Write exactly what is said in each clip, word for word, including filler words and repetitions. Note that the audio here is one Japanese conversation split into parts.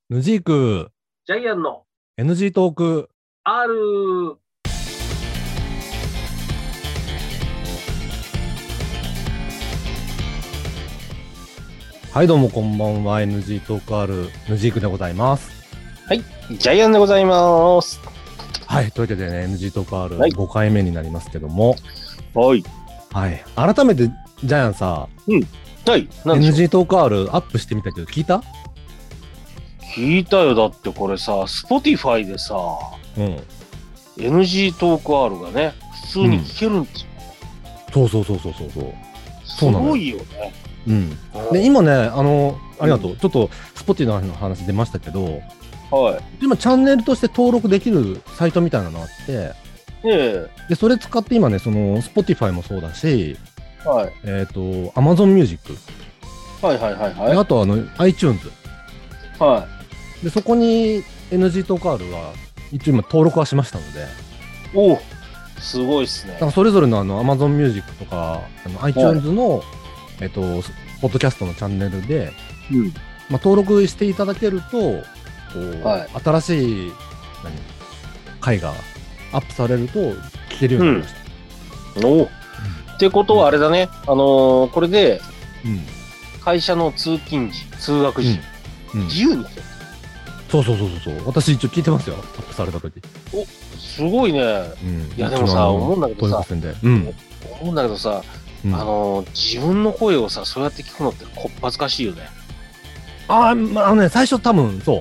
ヌジークジャイアンのエヌジー トーク R。 はいどうもこんばんは。 エヌジー トーク R ヌジークでございます。 はい、ジャイアンでございます。 はい、というわけでね エヌジー トークはいアールご 回目になりますけども、 はい。 はい、改めてジャイアンさ、 はい。なんでしょう。 エヌジー トーク R アップしてみたけど聞いた？ 聞いたよ。だってこれさ、Spotify でさ、 うん。 エヌジー トーク R がね、普通に聞けるんですよ。 そうそうそうそうそうそう。 すそうなのよごいよね。 うん。で今ねあのありがとう、うん、ちょっと Spotify の話出ましたけど、 はい。 今チャンネルとして登録できるサイトみたいなのがあって、 ええでそれ使って今ねその Spotify もそうだし、 はい。 えっ、ー、と Amazon Music、 はいはいはいはい。 あとあの iTunes はでそこに エヌジー トーク R は一応今登録はしましたので、 い。おお、すごいっすね。 だからそれぞれのあの Amazon Music とかあの iTunes の、はい、えっ、ー、とポッドキャストのチャンネルで、 うん、 まあ、登録していただけるとこう、はい、新しい何回がアップされると聞けるようになりました。 うん、おお、うん、ってことはあれだね、あのー、これで、 うん、 会社の通勤時、通学時、うんうん、自由に聞ける。 そうそうそうそう、私一応聞いてますよ、アップされた時。 お、すごいね。うん、いやでもさ、思うんだけどさ、 うん、 思うんだけどさ、うん、あのー、自分の声をさ、そうやって聞くのってこっぱずかしいよね。 ああ、まあね、最初多分そう。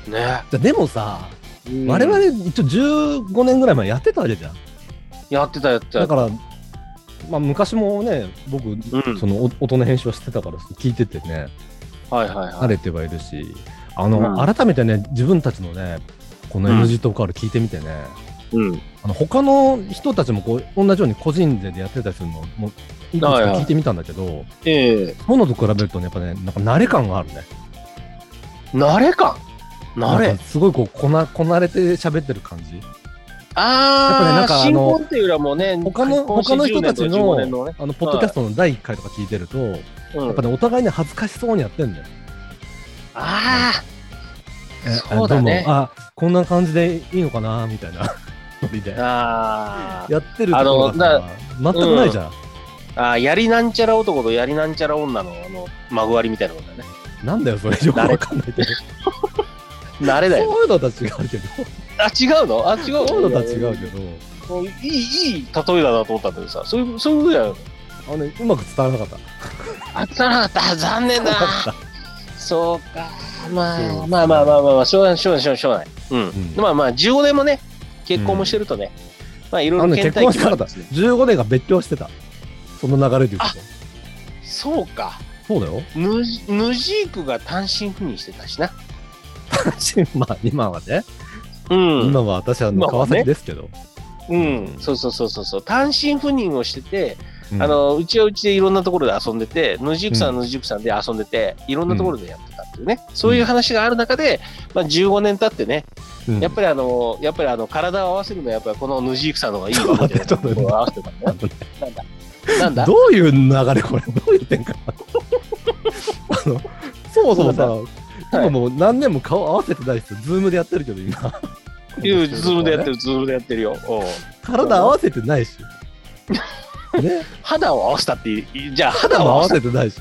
ね。 でもさ、うん、我々一応じゅうごねんぐらい前やってたわけじゃん。 やってたやってた。 だから、まあ昔もね、僕、うん、その音の編集をしてたから聞いててね、 はいはいはい。 慣れてはいるし、あの、うん、改めてね、自分たちのね、この エヌジー トーク R 聞いてみてね、うん、あの他の人たちもこう同じように個人でやってたりするのもいくつか聞いてみたんだけど、はいはい、えー、そういうのと比べるとね、やっぱね、なんか慣れ感があるね。 慣れ感慣れすごいこうこなこなれて喋ってる感じ。 ああ、やっぱね、なんかあの新婚っていうよりはもうね、 他の他の人たちの、ね、あのポッドキャストのだいいっかいとか聞いてると、うん、やっぱねお互いに恥ずかしそうにやってんだよ。 ああ、 えそうだね。あ、こんな感じでいいのかなみたいなノリであやってるところが全くないじゃん。 うん、ああ、やりなんちゃら男とやりなんちゃら女のあのまぐわりみたいなことだね。 なんだよそれ、よくわかんないけど。 慣れだよ。 そういうのとは違うけど。 あ、違うの？あ、違う。 そういうのとは違うけど。 いいいい例えだなと思ったんだけどさ、そういうそういうことやよ。 あのね、うまく伝わらなかった。 あ、伝わらなかった。残念だ。そうか。まあまあまあまあまあまあ、しょうがないしょうがないしょうがない。うん。うん、まあまあじゅうごねんもね、結婚もしてるとね、うん、まあいろいろ結婚してなかった。じゅうごねんが別居してた。その流れで言うと。 そうか。 そうだよ。 ヌジークが単身赴任してたしな。 単身、まあ今はね。うん。今は私は川崎ですけど。 うん。そうそうそうそうそう。単身赴任をしてて、うん、あのうちはうちでいろんなところで遊んでて、ヌジークさんはヌジークさんで遊んでて、いろんなところでやってたっていうね、うん、そういう話がある中で、まあ、じゅうごねん経ってね、うん、やっぱりあのやっぱりあの体を合わせるのはやっぱりこのヌジークさんの方がいいわけで、ちょっと合わせてたんだよ。なんだなんだ。 どういう流れこれ、どういう展開。あのそもそもさ、今もう何年も顔合わせてないですよ。ズームでやってるけど今。 いやズームでやってるズームでやってるよ。 体合わせてないし。 ね、肌を合わせたってじゃあ肌も合わせてないし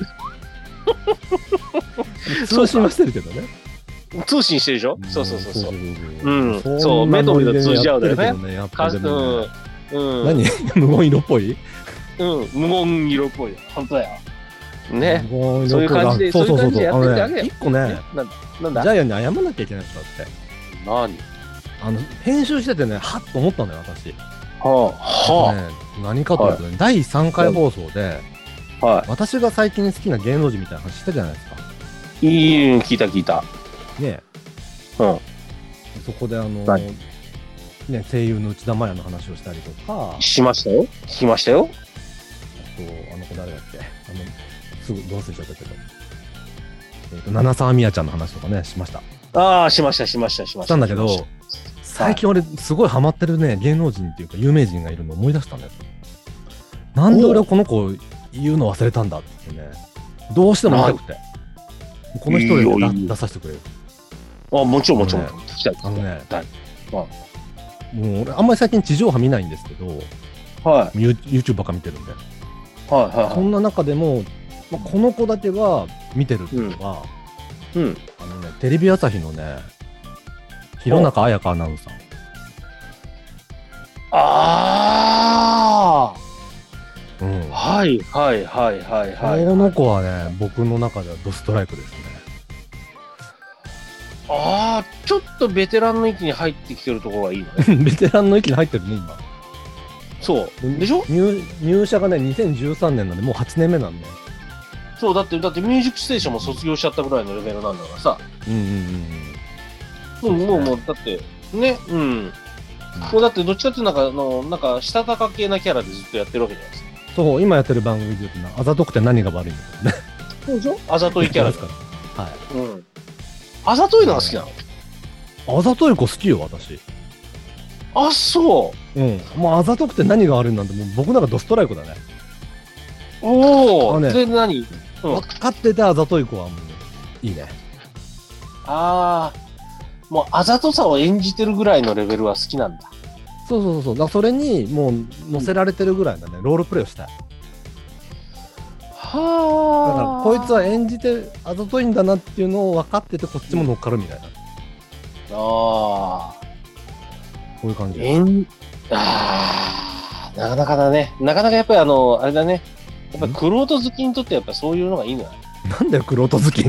通信はしてるけどね。 通信してるでしょ。そうそうそうそう。うん、そう目と目と通じ合うだよね。 何無言色っぽい？ うん、無言色っぽい。本当だよ。ね、そういう感じでそういう感じでやってるだけだよ。 一個ね、なんだジャイアンに謝らなきゃいけないことだって。 何？ あの編集しててね、はっと思ったんだよ私。 はあ、はあ、 ね、何かというとね、はい、だいさんかい放送で、はい、私が最近好きな芸能人みたいな話したじゃないですか。 いい、聞いた聞いた。 ねえ、うん、そこであの、ね、声優の内田真礼の話をしたりとかしましたよ。聞きましたよ。 あとあの子誰だっけ、あのすぐどう忘れちゃったけど、えーと、七沢美也ちゃんの話とかねしました。 ああ、しましたしましたしました。 したんだけど。最近俺すごいハマってるね芸能人っていうか有名人がいるのを思い出したんだよ。なんで俺はこの子言うの忘れたんだってね、どうしても見たくてこの人で出させてくれる。 あ、もちろんもちろん。聞きたい。 あのね、もう俺あんまり最近地上波見ないんですけど、 はい、 YouTube ばっか見てるんで、 はいはいはい、 そんな中でも、まあ、この子だけは見てるっていうのは、 うんうん、 あのね、テレビ朝日のね、弘中綾香アナウンサー。 ああ、うん、 はいはいはいはいはい。 この子はね、僕の中ではドストライクですね。 ああ、ちょっとベテランの域に入ってきてるところがいいのね。 ベテランの域に入ってるね、今。 そう。でしょ？ 入, 入社がね、にせんじゅうさんねんなんで、もうはちねんめなんで。 そう、だって、だってミュージックステーションも卒業しちゃったぐらいのレベルなんだからさ。 うんうんうん。 もう、もう、もう、だって、ね、うん。うん、もうだって、どっちかっていうと、なんか、あの、なんか、したたか系なキャラでずっとやってるわけじゃないですか。 そう、今やってる番組で言うとな、あざとくて何が悪いんだろうね。 そうでしょ？あざといキャラですから。はい。 うん。あざといのが好きなの？ あざとい子好きよ、私。 あ、そう。 うん。もうあざとくて何が悪いなんて、もう僕なんかドストライクだね。 おお、 ね、 で、何？うん、 分かっててあざとい子はもう、いいね。 ああ、もうあざとさを演じてるぐらいのレベルは好きなんだ。 そうそうそう。だからそれに、もう、乗せられてるぐらいだね。ロールプレイをしたい。 はあ。 だから、こいつは演じてあざといんだなっていうのを分かってて、こっちも乗っかるみたいな。 ああ。 こういう感じ。 えん、ああ、なかなかだね。なかなかやっぱりあの、あれだね。やっぱりクロート好きにとってやっぱそういうのがいいのよ。 なんだよ、クロート好きって。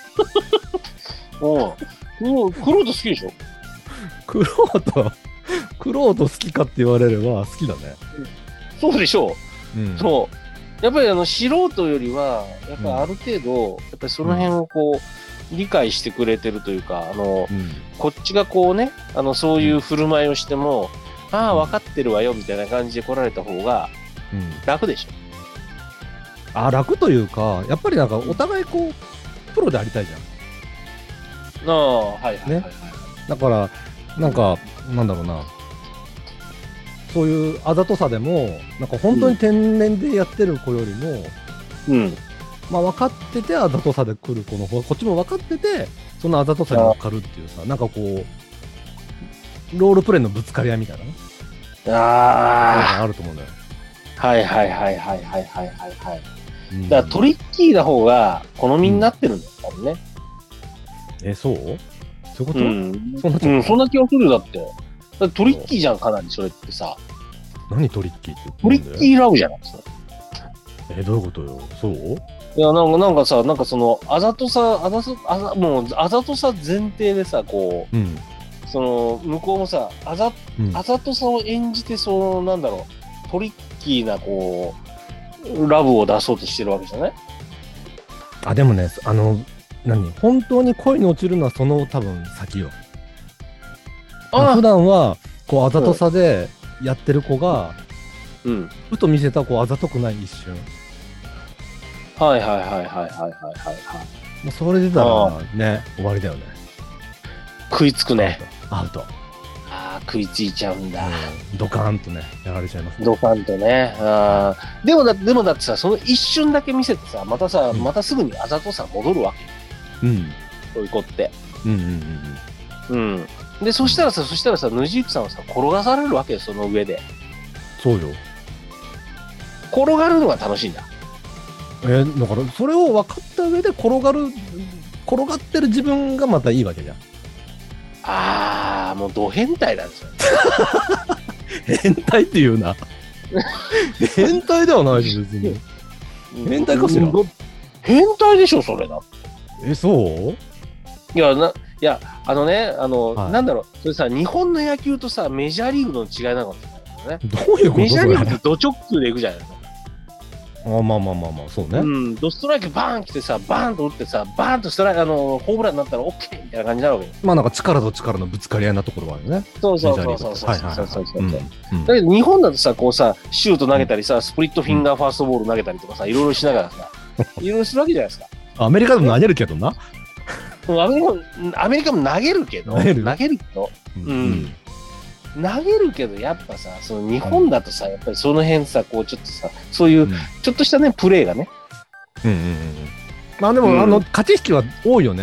おう。クロート好きでしょ？ クロート、クロート好きかって言われれば好きだね。 そうでしょう。うん、そう。やっぱりあの素人よりは、やっぱりある程度、やっぱりその辺をこう、理解してくれてるというか、あの、うん、こっちがこうね、あの、そういう振る舞いをしても、うん、ああ、分かってるわよ、みたいな感じで来られた方が、楽でしょ。 うん、あ、楽というか、やっぱりなんかお互いこう、プロでありたいじゃん。 ああ、はいはいはい、はい、ね。 だから、なんか、なんだろうな。そういうあざとさでも、なんか本当に天然でやってる子よりも、うん。まあ分かっててあざとさで来る子の方、こっちも分かってて、そのあざとさに乗っかるっていうさ、なんかこう、ロールプレイのぶつかり合いみたいなね。ああ。あると思うんだよ。 はいはいはいはいはいはいはいはい。うん、だからトリッキーな方が好みになってるんだよ、多分ね。 え、そう？そういうこと？ うん。そんな、うん、そんな気がするだって。だってトリッキーじゃん、かなりそれってさ。 何トリッキーって？ トリッキーラブじゃないですか。 え、どういうことよ？そう？ いや、なんか、なんかさ、なんかその、あざとさ、あざと、あざ、もう、あざとさ前提でさ、こう、うん、その、向こうもさ、あざ、うん、あざとさを演じて、その、なんだろう、トリッキーな、こう、ラブを出そうとしてるわけじゃない？ あ、でもね、あの、何？本当に恋に落ちるのはその多分先よ。あ、普段は、こう、あざとさでやってる子が、うん、ふと見せたこうあざとくない一瞬。 はいはいはいはいはいはいはいはい。 もうそれ出たらね、終わりだよね。 食いつくね。 アウト。 ああ、食いついちゃうんだ。 うん、ドカーンとね、やられちゃいますね。 ドカンとね。あでもだ、でもだってさ、その一瞬だけ見せてさ、またさ、うん、またすぐにあざとさ戻るわけ。うん。そういう子って。うんうんうんうん。うん。で、そしたらさ、そしたらさ、ヌジークさんはさ、転がされるわけよ、その上で。 そうよ。 転がるのが楽しいんだ。 えー、だからそれを分かった上で転がる転がってる自分がまたいいわけじゃん。 ああ、もうド変態なんですよ。 変態って言うな。変態ではないし別に。変態かしら。 変態でしょそれだ。 え、そう？ いやないやあのねあの、はい、なんだろうそれさ日本の野球とさメジャーリーグの違いなのかもね。 どういうこと？ メジャーリーグってド直球でいくじゃないですか。 あ、まあまあまあまあそうね。 うん、ドストライクバーン来てさバーンと打ってさバーンとストライクあのホームランになったらオッケーみたいな感じになるわけよ。 まあなんか力と力のぶつかり合いなところはあるよね。 そうそうそうそうそうそうそうそう。だけど日本だとさこうさシュート投げたりさ、うん、スプリットフィンガーファーストボール投げたりとかさいろいろしながらさいろいろするわけじゃないですか。 アメリカでも投げるけどな。 アメリカもアメリカも投げるけど投げる投げるけど、うんうん、投げるけどやっぱさその日本だとさやっぱりその辺さこうちょっとさそういうちょっとしたねプレーがね、 うんうんうん、まあでも、うん、あの駆け引きは多いよね。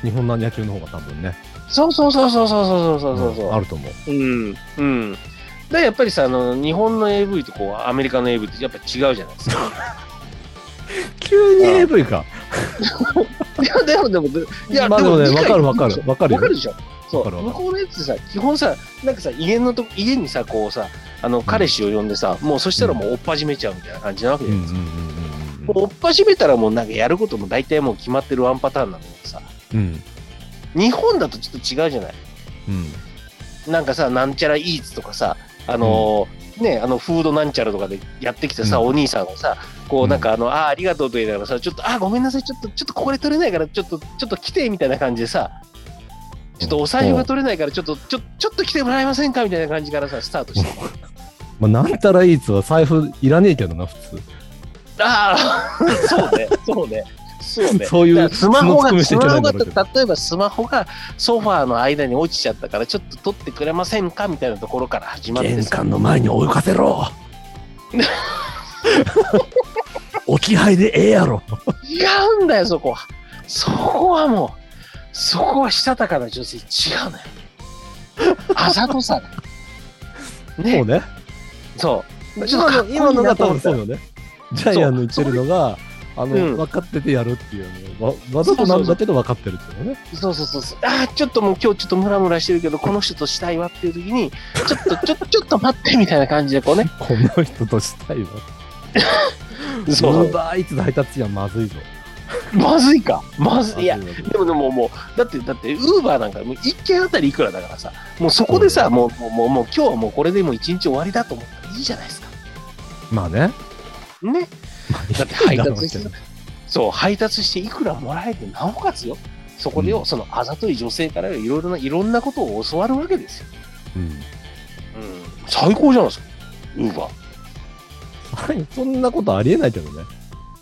日本の野球の方が多分ね。 そうそうそうそうそうそうそうそうそう、 うん、あると思う。 うんうん。だやっぱりさ、あの日本の エーブイ とこうアメリカの エーブイ ってやっぱ違うじゃないですか。 急に エーブイ か。 いやでもでもいやまあでもね、わかるわかるわかるわかるでしょ。そう向こうのやつってさ、基本さ、なんかさ、家のと家にさ、こうさ、あの彼氏を呼んでさ、うん、もうそしたらもう追っ始めちゃうみたいな感じなわけじゃないですか。もう追っ始めたらもうなんかやることも大体もう決まってるワンパターンなんだけどさ、うん、日本だとちょっと違うじゃない。うん、なんかさ、なんちゃらイーツとかさ、あのーうん、ね、あのフードなんちゃらとかでやってきてさ、うん、お兄さんがさ、こうなんかあの、うん、あありがとうと言いながらさ、ちょっとあごめんなさい、ちょっとちょっとここで取れないからちょっとちょっと来てみたいな感じでさ。ちょっとお財布が取れないからちょっとちょちょっと来てもらえませんかみたいな感じからさスタートして。 まあなんたらいいつは財布いらねえけどな普通。 ああそうねそうねそうね。 そういうスマホがスマホが例えばスマホがソファーの間に落ちちゃったからちょっと取ってくれませんかみたいなところから始まって。 玄関の前に置かせろ。置き配でええやろ。 違うんだよそこは。そこはもう。そこはしたたかな女性違うのよ。あざとさだ。 ね。そうね。 そう。 今の今のが多分そうよね。ジャイアンの言ってるのがあの、うん、分かっててやるっていうのわわざとなんだけど分かってるっていうのね。 そうそうそうそう。ああちょっともう今日ちょっとムラムラしてるけどこの人としたいわっていう時にちょっとちょちょっと待ってみたいな感じでこうね。 この人としたいわ。そう。ウーバーイーツで配達やまずいぞ。 まずいかまずい。いやでもでももうだってだってウーバーなんかもういっけんあたりいくらだからさもうそこでさ、うん、もうもうもう今日はもうこれでもう一日終わりだと思ったらいいじゃないですか。 まあねねだって配達してそう配達していくらもらえてなおかつよそこでよ、うん、そのあざとい女性からいろいろないろんなことを教わるわけですよ。うん、うん、最高じゃないですかウーバー。そんなことありえないけどね。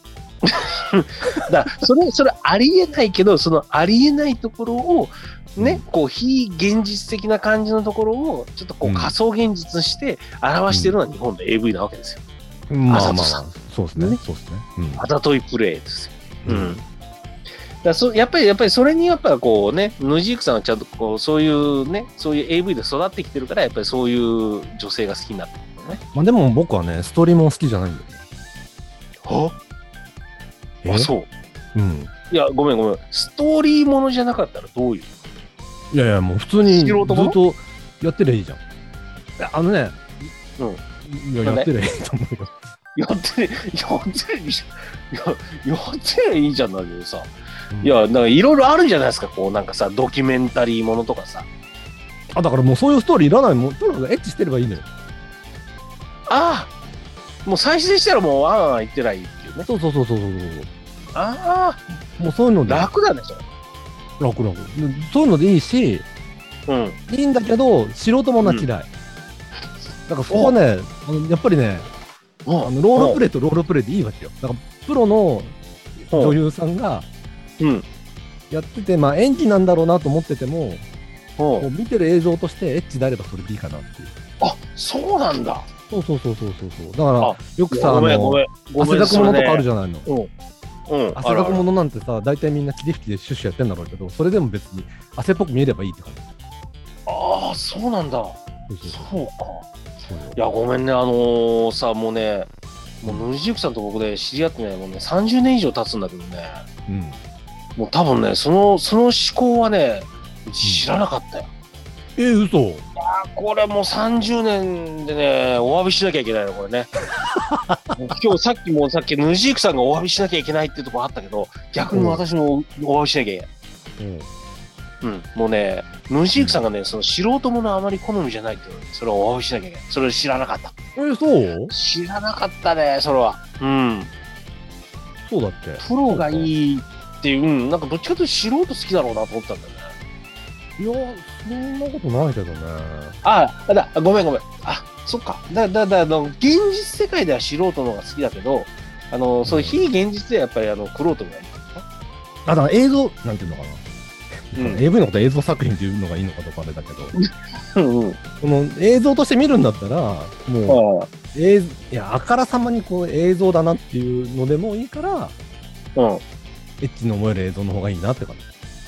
だそれそれありえないけどそのありえないところをね、うん、こう非現実的な感じのところをちょっとこう仮想現実にして表しているのは日本の エーブイ なわけですよ。 うん、まあまあそうですね。そうですね。 あざといプレイですよ。うん。うん、だそやっぱりやっぱりそれにやっぱこうねヌジークさんはちゃんとこうそういうねそういう エーブイ で育ってきてるからやっぱりそういう女性が好きになってるんだよね。 まあでも僕はねストーリーも好きじゃないんだよね。 は？あ、そう。うん。いや、ごめんごめん。ストーリーものじゃなかったらどういう？ いやいや、もう普通にずっとやってりゃいいじゃん。あのね、うん。いや、やってりゃいいと思うよ。 やってりゃ、やってりゃいいじゃん。や、やってりゃいいじゃんだけどさ。うん、いや、なんかいろいろあるじゃないですか。こう、なんかさ、ドキュメンタリーものとかさ。 あ、だからもうそういうストーリーいらないもん。とにかくエッチしてればいいのよ。 ああ。もう再生したらもうワンワン言ってりゃいいっていうね。 そうそうそうそうそう。 ああ、もうそういうので楽だねそれ。 楽楽。そういうのでいいし、うん、いいんだけど素人もな嫌い。うん、だからそこはね、あのやっぱりね、あのロールプレイとロールプレイでいいわけよ。だからプロの女優さんがやってて、まあ演技なんだろうなと思ってても、もう見てる映像としてエッチであればそれでいいかなっていう。 あ、そうなんだ。 そうそうそうそうそうそう。だからよくさ、あの汗だくものとかあるじゃないの。うん、汗だくものなんてさ、大体みんな霧吹きでシュッシュやってんだろうけど、それでも別に汗っぽく見えればいいって感じ。 ああ、そうなんだ。そうそうそうか。いや、ごめんね、あのー、さ、もうね、もうヌジユキさんと僕で知り合ってね、もうね、さんじゅうねん以上経つんだけどね、うん、もう多分ね、その、その思考はね、知らなかったよ。 うん、えー、嘘。いやこれもうさんじゅうねんでね、お詫びしなきゃいけないの、これね。今日さっきもさっきヌジークさんがお詫びしなきゃいけないっていうところあったけど、逆に私もお詫びしなきゃいけない。うん、うん、もうね、ヌジークさんがね、その素人ものあまり好みじゃないっていうのに、それをお詫びしなきゃいけない。それを知らなかった。 えー、そう？ 知らなかったね、それは。うん。 そうだっけ？ プロがいいっていう、うん、なんかどっちかというと素人好きだろうなと思ったんだよね。 いや、そんなことないけどね。 ああ、だ、ごめんごめん。あ、そっか。だ、だ、だ、の現実世界では素人の方が好きだけど、あの、うん、そういう非現実ではやっぱりあの、クロートがいい。 あ、だから映像、なんていうのかな。うん、エーブイ のこと映像作品っていうのがいいのかとかあれだけど、うん、うん、この映像として見るんだったら、もう、えいや、あからさまにこう映像だなっていうのでもいいから、うん、エッチに思える映像の方がいいなって感じ。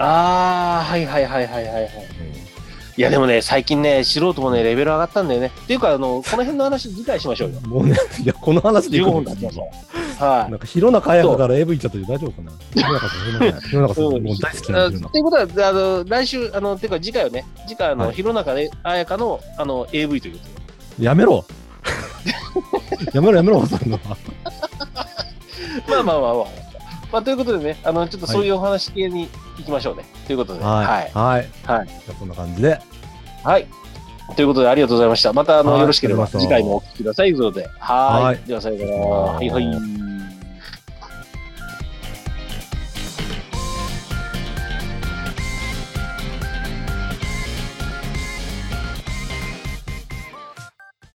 ああ、はいはいはいはいはいはい。うん、いやでもね、最近ね、素人もね、レベル上がったんだよね。っていうか、あの、この辺の話、次回しましょうよ。 もうね、いや、この話でいくんだ。はい。なんか、弘中綾香から エーブイ 行っちゃって大丈夫かな。弘中さん、弘中さん、もう大好きなんですよ。 ということは、あの、来週、あの、ていうか、次回はね、次回、あの、弘中綾香の、あの、エーブイ ということで。 やめろやめろやめろ、そんな。 まあまあまあまあ。まあ、ということでね、あの、ちょっとそういうお話系に行きましょうね。ということで。 はい。はい。はい。 はい。 じゃあ、こんな感じで。 はい。ということで、ありがとうございました。また、あの、よろしければ、次回もお聞きください。ということで。はい。では、さようなら。はいはい。